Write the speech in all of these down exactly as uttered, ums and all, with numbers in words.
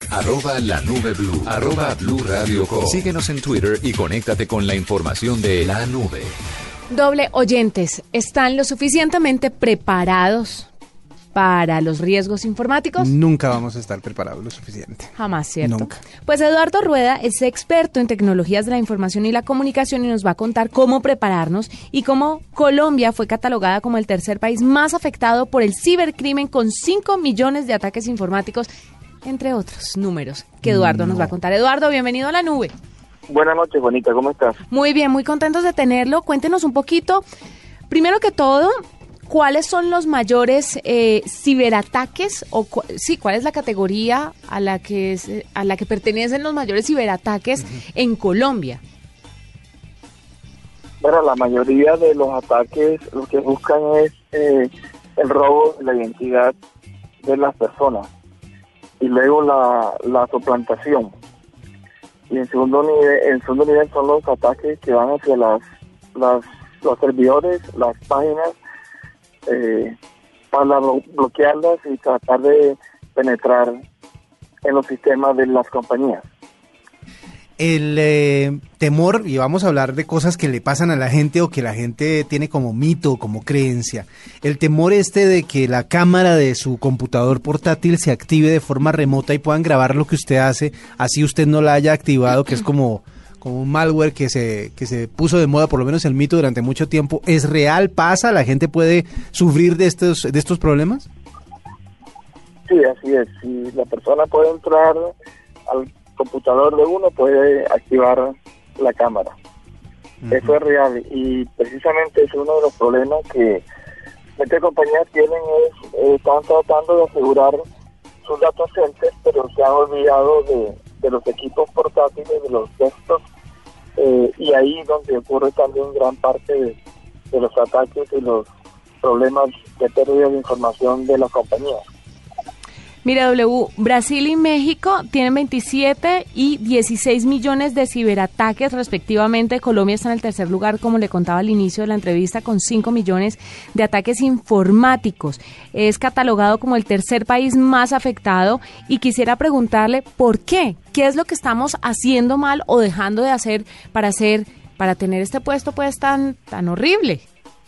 arroba la nube blue, arroba blue radio co. Síguenos en Twitter y conéctate con la información de la nube. Doble oyentes, ¿están lo suficientemente preparados para los riesgos informáticos? Nunca vamos a estar preparados lo suficiente. Jamás, ¿cierto? Nunca. Pues Eduardo Rueda es experto en tecnologías de la información y la comunicación y nos va a contar cómo prepararnos y cómo Colombia fue catalogada como el tercer país más afectado por el cibercrimen con cinco millones de ataques informáticos, entre otros números que Eduardo no. nos va a contar. Eduardo, bienvenido a la nube. Buenas noches, Bonita, ¿cómo estás? Muy bien, muy contentos de tenerlo. Cuéntenos un poquito, primero que todo, ¿cuáles son los mayores eh, ciberataques o cu- sí, cuál es la categoría a la que es, a la que pertenecen los mayores ciberataques uh-huh. en Colombia? Bueno, la mayoría de los ataques lo que buscan es eh, el robo de la identidad de las personas y luego la, la suplantación. Y en segundo nivel, en segundo nivel son los ataques que van hacia las, las los servidores, las páginas, Eh, para bloquearlas y tratar de penetrar en los sistemas de las compañías. El eh, temor, y vamos a hablar de cosas que le pasan a la gente o que la gente tiene como mito, como creencia, el temor este de que la cámara de su computador portátil se active de forma remota y puedan grabar lo que usted hace, así usted no la haya activado, que es como... como un malware que se que se puso de moda, por lo menos el mito, durante mucho tiempo. ¿Es real? ¿Pasa? ¿La gente puede sufrir de estos de estos problemas? Sí, así es. Si la persona puede entrar al computador de uno, puede activar la cámara. Uh-huh. Eso es real y precisamente es uno de los problemas que muchas compañías tienen, es eh, están tratando de asegurar sus data centers, pero se han olvidado de de los equipos portátiles, de los desktops, eh, y ahí donde ocurre también gran parte de, de los ataques y los problemas de pérdida de información de las compañías. Mira, W, Brasil y México tienen veintisiete y dieciséis millones de ciberataques respectivamente. Colombia está en el tercer lugar, como le contaba al inicio de la entrevista, con cinco millones de ataques informáticos. Es catalogado como el tercer país más afectado y quisiera preguntarle por qué. ¿Qué es lo que estamos haciendo mal o dejando de hacer para hacer, para tener este puesto pues tan, tan horrible?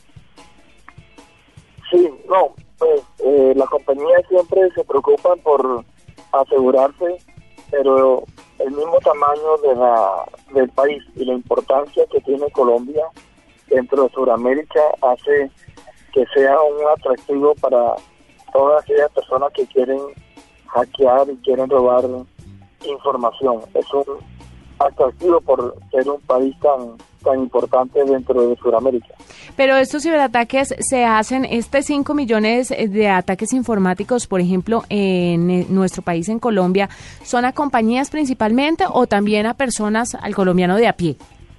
Sí, no. Pues eh, las compañías siempre se preocupan por asegurarse, pero el mismo tamaño de la del país y la importancia que tiene Colombia dentro de Sudamérica hace que sea un atractivo para todas aquellas personas que quieren hackear y quieren robar información. Es un atractivo por ser un país tan tan importante dentro de Sudamérica. Pero estos ciberataques se hacen, este cinco millones de ataques informáticos, por ejemplo, en nuestro país, en Colombia, ¿son a compañías principalmente o también a personas, al colombiano de a pie?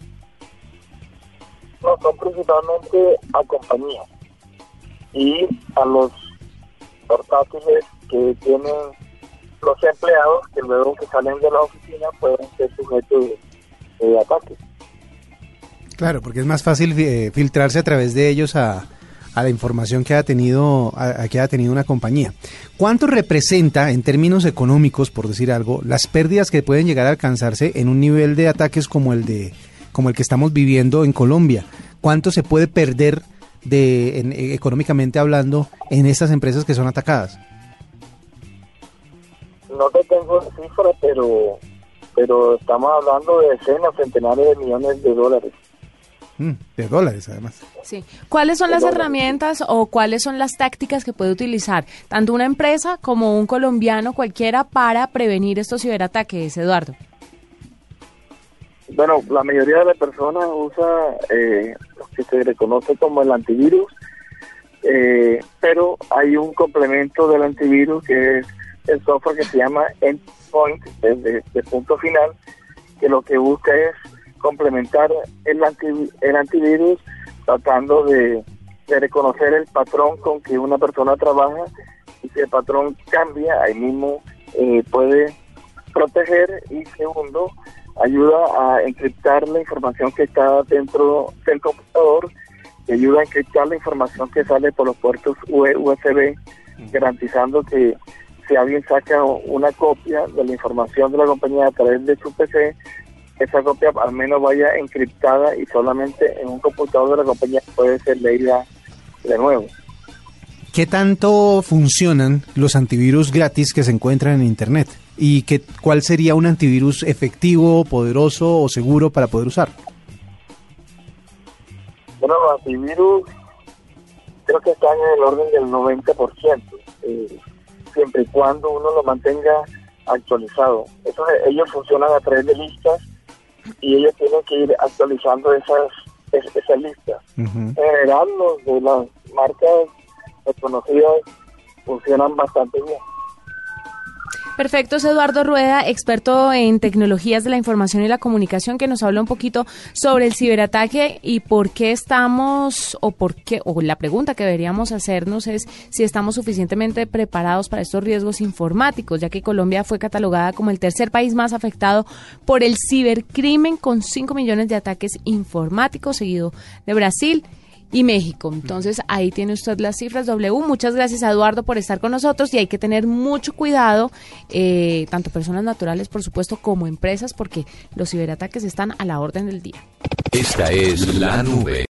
No, son principalmente a compañías y a los portátiles que tienen los empleados, que luego que salen de la oficina pueden ser sujetos de, de ataques. Claro, porque es más fácil eh, filtrarse a través de ellos a, a la información que ha tenido a, a que ha tenido una compañía. ¿Cuánto representa en términos económicos, por decir algo, las pérdidas que pueden llegar a alcanzarse en un nivel de ataques como el de como el que estamos viviendo en Colombia? ¿Cuánto se puede perder de en, económicamente hablando en estas empresas que son atacadas? No te tengo cifra, pero pero estamos hablando de decenas, centenares de millones de dólares. Mm, de dólares, además. Sí. ¿Cuáles son de las dólares. herramientas o cuáles son las tácticas que puede utilizar tanto una empresa como un colombiano cualquiera para prevenir estos ciberataques, Eduardo? Bueno, la mayoría de las personas usa eh, lo que se reconoce como el antivirus, eh, pero hay un complemento del antivirus que es el software que se llama Endpoint, desde de punto final, que lo que busca es complementar el, anti, el antivirus tratando de, de reconocer el patrón con que una persona trabaja, y si el patrón cambia, ahí mismo eh, puede proteger, y segundo, ayuda a encriptar la información que está dentro del computador, que ayuda a encriptar la información que sale por los puertos U S B, garantizando que si alguien saca una copia de la información de la compañía a través de su P C, esa copia al menos vaya encriptada y solamente en un computador de la compañía puede ser leída de nuevo. ¿Qué tanto funcionan los antivirus gratis que se encuentran en Internet? ¿Y qué, cuál sería un antivirus efectivo, poderoso o seguro para poder usar? Bueno, los antivirus creo que están en el orden del noventa por ciento, eh, siempre y cuando uno lo mantenga actualizado. Eso, ellos funcionan a través de listas y ellos tienen que ir actualizando esas, es, esas listas. Uh-huh. En general, los de las marcas reconocidas funcionan bastante bien. Perfecto, es Eduardo Rueda, experto en tecnologías de la información y la comunicación, que nos habla un poquito sobre el ciberataque y por qué estamos, o por qué, o la pregunta que deberíamos hacernos es si estamos suficientemente preparados para estos riesgos informáticos, ya que Colombia fue catalogada como el tercer país más afectado por el cibercrimen, con cinco millones de ataques informáticos, seguido de Brasil y México. Entonces, ahí tiene usted las cifras. W, muchas gracias a Eduardo por estar con nosotros, y hay que tener mucho cuidado, eh, tanto personas naturales, por supuesto, como empresas, porque los ciberataques están a la orden del día. Esta es La Nube.